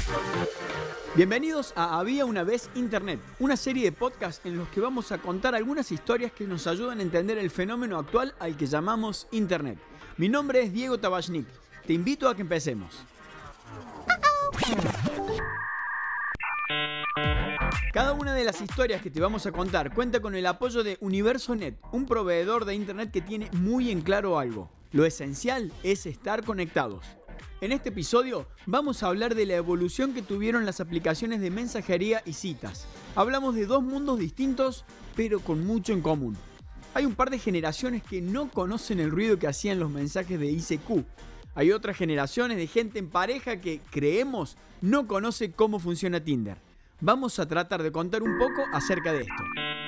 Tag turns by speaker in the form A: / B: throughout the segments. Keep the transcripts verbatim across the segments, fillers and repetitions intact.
A: Bienvenidos a Había una vez Internet, una serie de podcasts en los que vamos a contar algunas historias que nos ayudan a entender el fenómeno actual al que llamamos Internet. Mi nombre es Diego Tabachnik. Te invito a que empecemos. Cada una de las historias que te vamos a contar cuenta con el apoyo de UniversoNet, un proveedor de Internet que tiene muy en claro algo. Lo esencial es estar conectados. En este episodio vamos a hablar de la evolución que tuvieron las aplicaciones de mensajería y citas. Hablamos de dos mundos distintos, pero con mucho en común. Hay un par de generaciones que no conocen el ruido que hacían los mensajes de I C Q. Hay otras generaciones de gente en pareja que, creemos, no conoce cómo funciona Tinder. Vamos a tratar de contar un poco acerca de esto.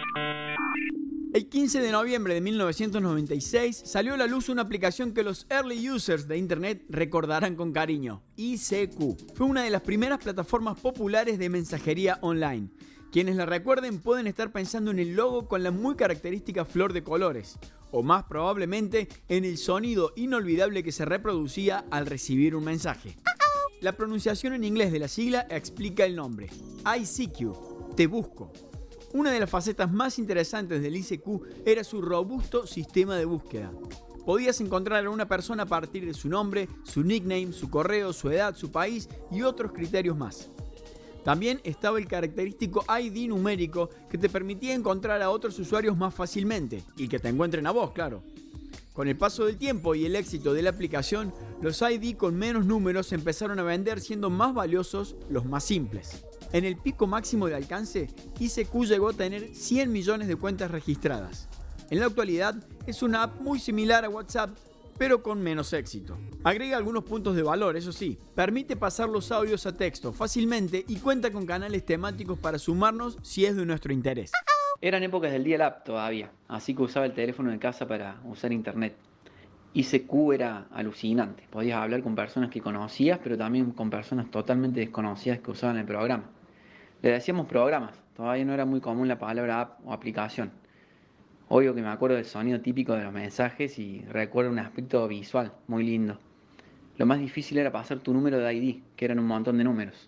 A: El quince de noviembre de mil novecientos noventa y seis salió a la luz una aplicación que los early users de Internet recordarán con cariño, I C Q. Fue una de las primeras plataformas populares de mensajería online. Quienes la recuerden pueden estar pensando en el logo con la muy característica flor de colores, o más probablemente en el sonido inolvidable que se reproducía al recibir un mensaje. La pronunciación en inglés de la sigla explica el nombre, I C Q, te busco. Una de las facetas más interesantes del I C Q era su robusto sistema de búsqueda. Podías encontrar a una persona a partir de su nombre, su nickname, su correo, su edad, su país y otros criterios más. También estaba el característico I D numérico que te permitía encontrar a otros usuarios más fácilmente y que te encuentren a vos, claro. Con el paso del tiempo y el éxito de la aplicación, los I D con menos números empezaron a vender siendo más valiosos los más simples. En el pico máximo de alcance, I C Q llegó a tener cien millones de cuentas registradas. En la actualidad es una app muy similar a WhatsApp, pero con menos éxito. Agrega algunos puntos de valor, eso sí. Permite pasar los audios a texto fácilmente y cuenta con canales temáticos para sumarnos si es de nuestro interés.
B: Eran épocas del dial-up todavía, así que usaba el teléfono de casa para usar internet. I C Q era alucinante. Podías hablar con personas que conocías, pero también con personas totalmente desconocidas que usaban el programa. Le decíamos programas, todavía no era muy común la palabra app o aplicación. Obvio que me acuerdo del sonido típico de los mensajes y recuerdo un aspecto visual muy lindo. Lo más difícil era pasar tu número de I D, que eran un montón de números.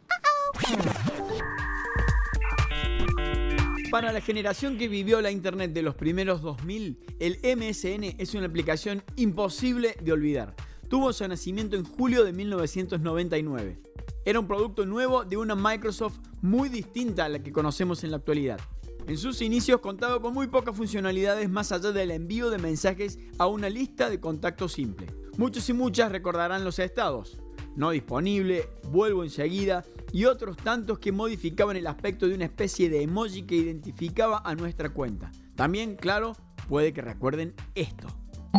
A: Para la generación que vivió la internet de los primeros dos mil, el M S N es una aplicación imposible de olvidar. Tuvo su nacimiento en julio de mil novecientos noventa y nueve. Era un producto nuevo de una Microsoft muy distinta a la que conocemos en la actualidad. En sus inicios contaba con muy pocas funcionalidades más allá del envío de mensajes a una lista de contactos simple. Muchos y muchas recordarán los estados: no disponible, vuelvo enseguida y otros tantos que modificaban el aspecto de una especie de emoji que identificaba a nuestra cuenta. También, claro, puede que recuerden esto.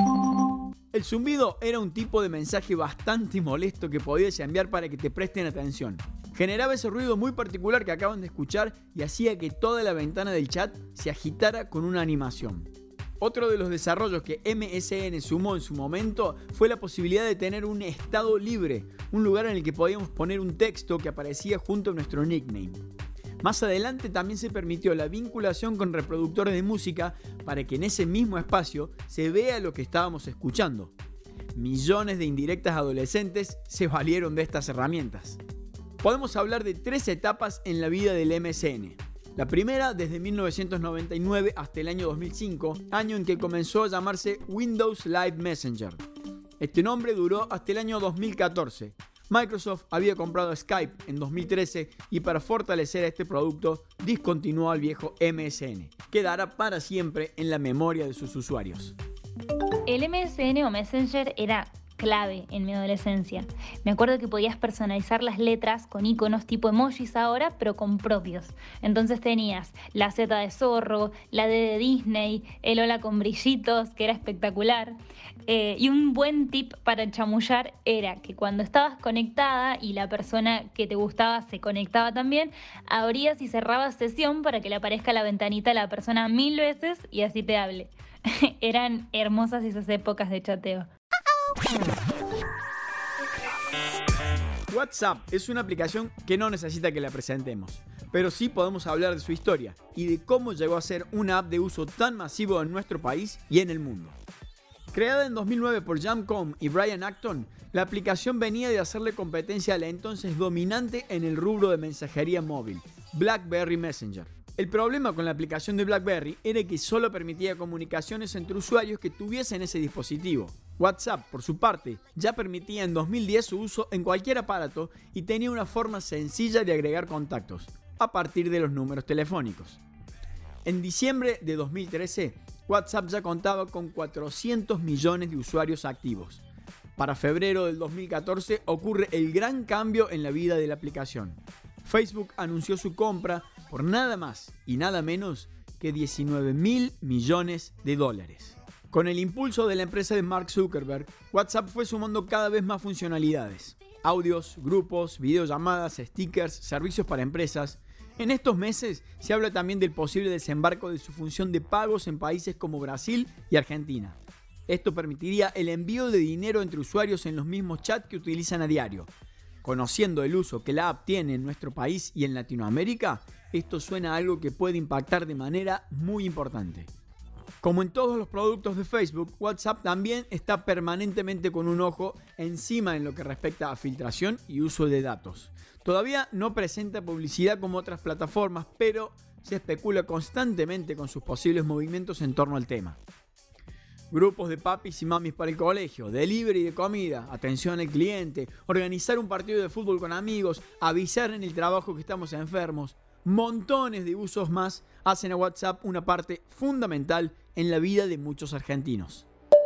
A: El zumbido era un tipo de mensaje bastante molesto que podías enviar para que te presten atención. Generaba ese ruido muy particular que acaban de escuchar y hacía que toda la ventana del chat se agitara con una animación. Otro de los desarrollos que M S N sumó en su momento fue la posibilidad de tener un estado libre, un lugar en el que podíamos poner un texto que aparecía junto a nuestro nickname. Más adelante también se permitió la vinculación con reproductores de música para que en ese mismo espacio se vea lo que estábamos escuchando. Millones de indirectas adolescentes se valieron de estas herramientas. Podemos hablar de tres etapas en la vida del M S N. La primera desde mil novecientos noventa y nueve hasta el año dos mil cinco, año en que comenzó a llamarse Windows Live Messenger. Este nombre duró hasta el año dos mil catorce. Microsoft había comprado Skype en dos mil trece y para fortalecer este producto discontinuó al viejo M S N. Quedará para siempre en la memoria de sus usuarios.
C: El M S N o Messenger era clave en mi adolescencia. Me acuerdo que podías personalizar las letras con iconos tipo emojis ahora, pero con propios. Entonces tenías la Z de zorro, la D de Disney, el hola con brillitos, que era espectacular. Eh, y un buen tip para chamullar era que cuando estabas conectada y la persona que te gustaba se conectaba también, abrías y cerrabas sesión para que le aparezca la ventanita a la persona mil veces y así te hable. Eran hermosas esas épocas de chateo.
A: WhatsApp es una aplicación que no necesita que la presentemos, pero sí podemos hablar de su historia y de cómo llegó a ser una app de uso tan masivo en nuestro país y en el mundo. Creada en dos mil nueve por Jamcom y Brian Acton, la aplicación venía de hacerle competencia a la entonces dominante en el rubro de mensajería móvil, BlackBerry Messenger. El problema con la aplicación de BlackBerry era que solo permitía comunicaciones entre usuarios que tuviesen ese dispositivo. WhatsApp, por su parte, ya permitía en dos mil diez su uso en cualquier aparato y tenía una forma sencilla de agregar contactos, a partir de los números telefónicos. En diciembre de dos mil trece, WhatsApp ya contaba con cuatrocientos millones de usuarios activos. Para febrero del dos mil catorce ocurre el gran cambio en la vida de la aplicación. Facebook anunció su compra por nada más y nada menos que diecinueve mil millones de dólares. Con el impulso de la empresa de Mark Zuckerberg, WhatsApp fue sumando cada vez más funcionalidades. Audios, grupos, videollamadas, stickers, servicios para empresas. En estos meses se habla también del posible desembarco de su función de pagos en países como Brasil y Argentina. Esto permitiría el envío de dinero entre usuarios en los mismos chats que utilizan a diario. Conociendo el uso que la app tiene en nuestro país y en Latinoamérica, esto suena a algo que puede impactar de manera muy importante. Como en todos los productos de Facebook, WhatsApp también está permanentemente con un ojo encima en lo que respecta a filtración y uso de datos. Todavía no presenta publicidad como otras plataformas, pero se especula constantemente con sus posibles movimientos en torno al tema. Grupos de papis y mamis para el colegio, delivery de comida, atención al cliente, organizar un partido de fútbol con amigos, avisar en el trabajo que estamos enfermos. Montones de usos más hacen a WhatsApp una parte fundamental en la vida de muchos argentinos.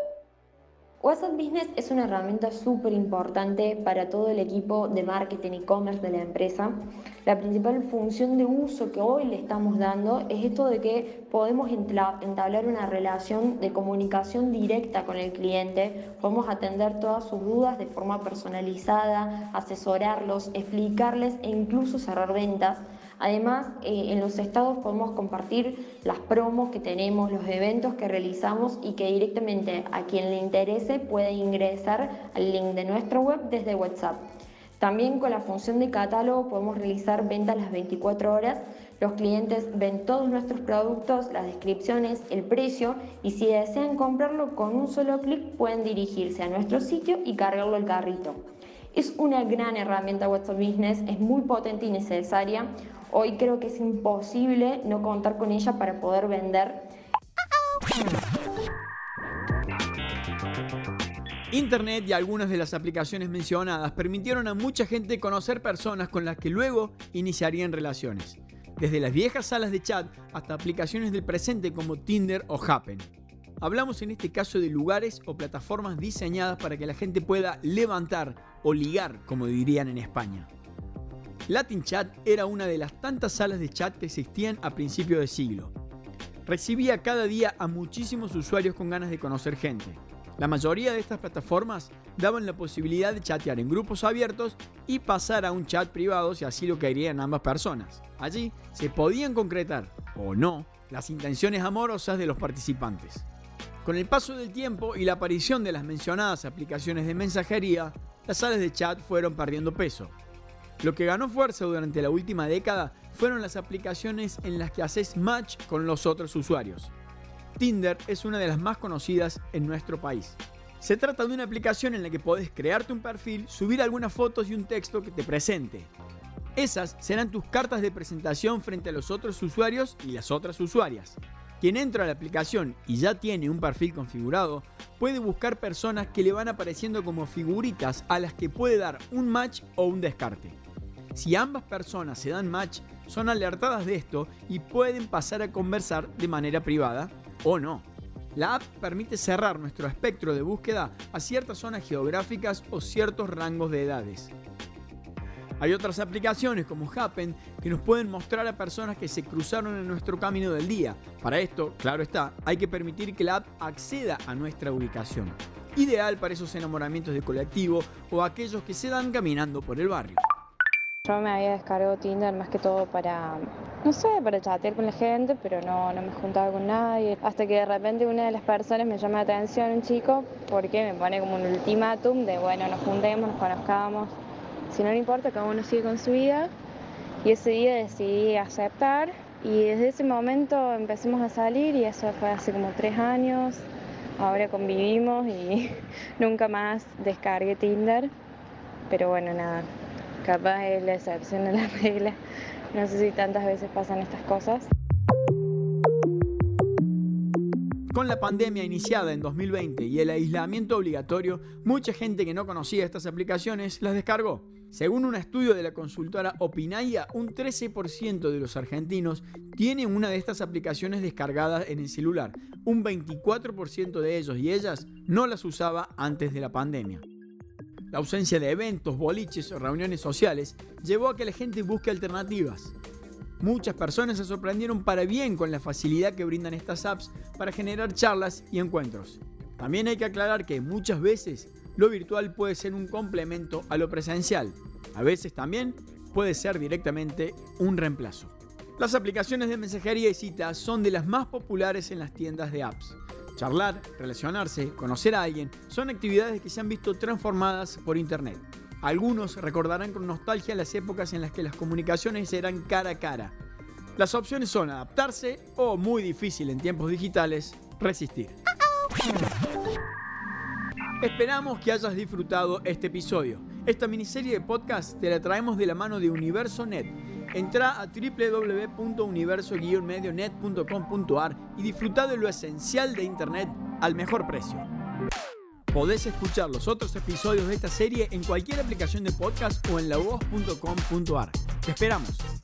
D: WhatsApp Business es una herramienta súper importante para todo el equipo de marketing y e-commerce de la empresa. La principal función de uso que hoy le estamos dando es esto de que podemos entablar una relación de comunicación directa con el cliente, podemos atender todas sus dudas de forma personalizada, asesorarlos, explicarles e incluso cerrar ventas. Además, eh, en los estados podemos compartir las promos que tenemos, los eventos que realizamos y que directamente a quien le interese puede ingresar al link de nuestra web desde WhatsApp. También con la función de catálogo podemos realizar ventas las veinticuatro horas. Los clientes ven todos nuestros productos, las descripciones, el precio y si desean comprarlo con un solo clic pueden dirigirse a nuestro sitio y cargarlo al carrito. Es una gran herramienta WhatsApp Business, es muy potente y necesaria. Hoy creo que es imposible no contar con ella para poder vender.
A: Internet y algunas de las aplicaciones mencionadas permitieron a mucha gente conocer personas con las que luego iniciarían relaciones. Desde las viejas salas de chat hasta aplicaciones del presente como Tinder o Happen. Hablamos en este caso de lugares o plataformas diseñadas para que la gente pueda levantar o ligar, como dirían en España. Latin Chat era una de las tantas salas de chat que existían a principios de siglo. Recibía cada día a muchísimos usuarios con ganas de conocer gente. La mayoría de estas plataformas daban la posibilidad de chatear en grupos abiertos y pasar a un chat privado si así lo querían ambas personas. Allí se podían concretar, o no, las intenciones amorosas de los participantes. Con el paso del tiempo y la aparición de las mencionadas aplicaciones de mensajería, las salas de chat fueron perdiendo peso. Lo que ganó fuerza durante la última década fueron las aplicaciones en las que haces match con los otros usuarios. Tinder es una de las más conocidas en nuestro país. Se trata de una aplicación en la que podés crearte un perfil, subir algunas fotos y un texto que te presente. Esas serán tus cartas de presentación frente a los otros usuarios y las otras usuarias. Quien entra a la aplicación y ya tiene un perfil configurado, puede buscar personas que le van apareciendo como figuritas a las que puede dar un match o un descarte. Si ambas personas se dan match, son alertadas de esto y pueden pasar a conversar de manera privada o no. La app permite cerrar nuestro espectro de búsqueda a ciertas zonas geográficas o ciertos rangos de edades. Hay otras aplicaciones como Happen que nos pueden mostrar a personas que se cruzaron en nuestro camino del día. Para esto, claro está, hay que permitir que la app acceda a nuestra ubicación. Ideal para esos enamoramientos de colectivo o aquellos que se dan caminando por el barrio.
E: Yo me había descargado Tinder más que todo para, no sé, para chatear con la gente, pero no, no me juntaba con nadie. Hasta que de repente una de las personas me llama la atención, un chico, porque me pone como un ultimátum de, bueno, nos juntemos, nos conozcamos. Si no le importa, cada uno sigue con su vida. Y ese día decidí aceptar. Y desde ese momento empecemos a salir y eso fue hace como tres años. ahora convivimos y nunca más descargué Tinder. Pero bueno, nada, capaz es la excepción a la regla. No sé si tantas veces pasan estas cosas.
A: Con la pandemia iniciada en dos mil veinte y el aislamiento obligatorio, mucha gente que no conocía estas aplicaciones las descargó. Según un estudio de la consultora Opinaya, un trece por ciento de los argentinos tienen una de estas aplicaciones descargadas en el celular. Un veinticuatro por ciento de ellos y ellas no las usaba antes de la pandemia. La ausencia de eventos, boliches o reuniones sociales llevó a que la gente busque alternativas. Muchas personas se sorprendieron para bien con la facilidad que brindan estas apps para generar charlas y encuentros. También hay que aclarar que muchas veces lo virtual puede ser un complemento a lo presencial. A veces también puede ser directamente un reemplazo. Las aplicaciones de mensajería y citas son de las más populares en las tiendas de apps. Charlar, relacionarse, conocer a alguien son actividades que se han visto transformadas por internet. Algunos recordarán con nostalgia las épocas en las que las comunicaciones eran cara a cara. Las opciones son adaptarse o, muy difícil en tiempos digitales, resistir. Esperamos que hayas disfrutado este episodio. Esta miniserie de podcast te la traemos de la mano de Universo Net. Entrá a doble u doble u doble u punto universo guion medio net punto com punto a r y disfrutá de lo esencial de internet al mejor precio. Podés escuchar los otros episodios de esta serie en cualquier aplicación de podcast o en la voz punto com punto a r. Te esperamos.